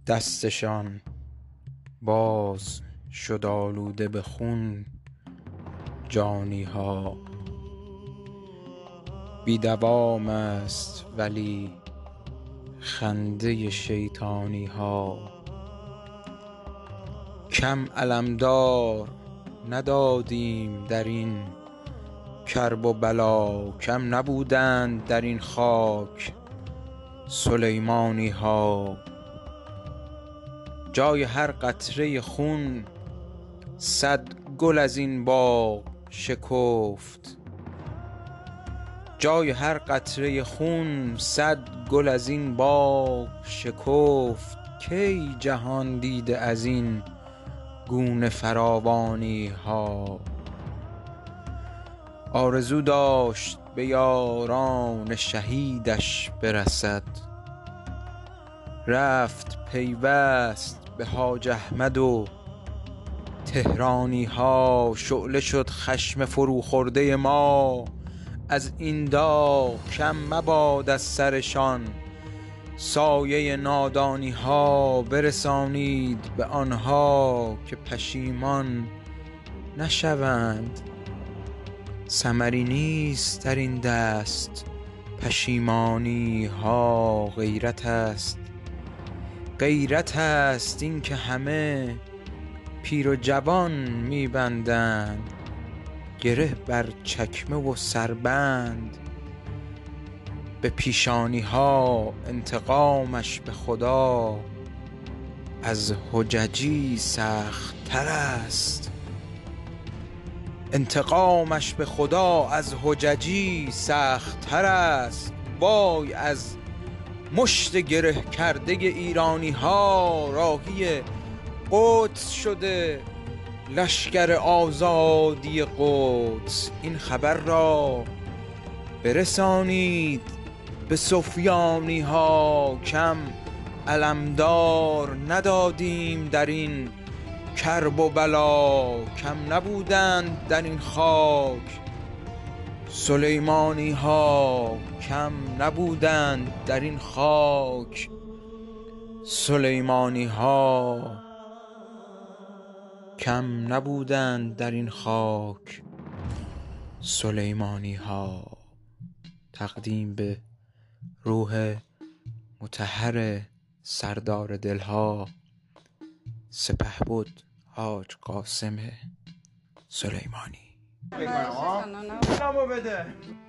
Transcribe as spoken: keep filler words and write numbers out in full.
دستشان باز شد آلوده به خون جانی ها. بی دوام است ولی خنده شیطانی ها. کم علمدار ندادیم در این کرب و بلا، کم نبودند در این خاک سلیمانی ها. جای هر قطره خون صد گل از این باغ شکفت. جای هر قطره خون صد گل از این باغ شکفت. کی جهان دیده از این گونه فراوانی ها. آرزو داشت به یاران شهیدش برسد، رفت پیوست به حاج احمد و تهرانی ها. شعله شد خشم فروخورده ما از این داغ، کم مباد از سرشان سایه نادانی ها. برسانید به آنها که پشیمان نشوند، ثمری نیست در این دست پشیمانی ها. غیرت است غیرت است این که همه پیر و جوان میبندند گره بر چکمه و سربند به پیشانی ها. انتقامش به خدا از حججی سخت تر است. انتقامش به خدا از حججی سخت تر است. وای از مشت گره کرده ایرانی ها. راهی قدس شده لشکر آزادی قدس. این خبر را برسانید به سفیانی ها. کم علمدار ندادیم در این کرب و بلا، کم نبودند در این خاک سلیمانی ها. کم نبودند در این خاک سلیمانی ها. کم نبودند در این خاک سلیمانی ها. تقدیم به روح مطهر سردار دلها سپهبد حاج قاسم سلیمانی.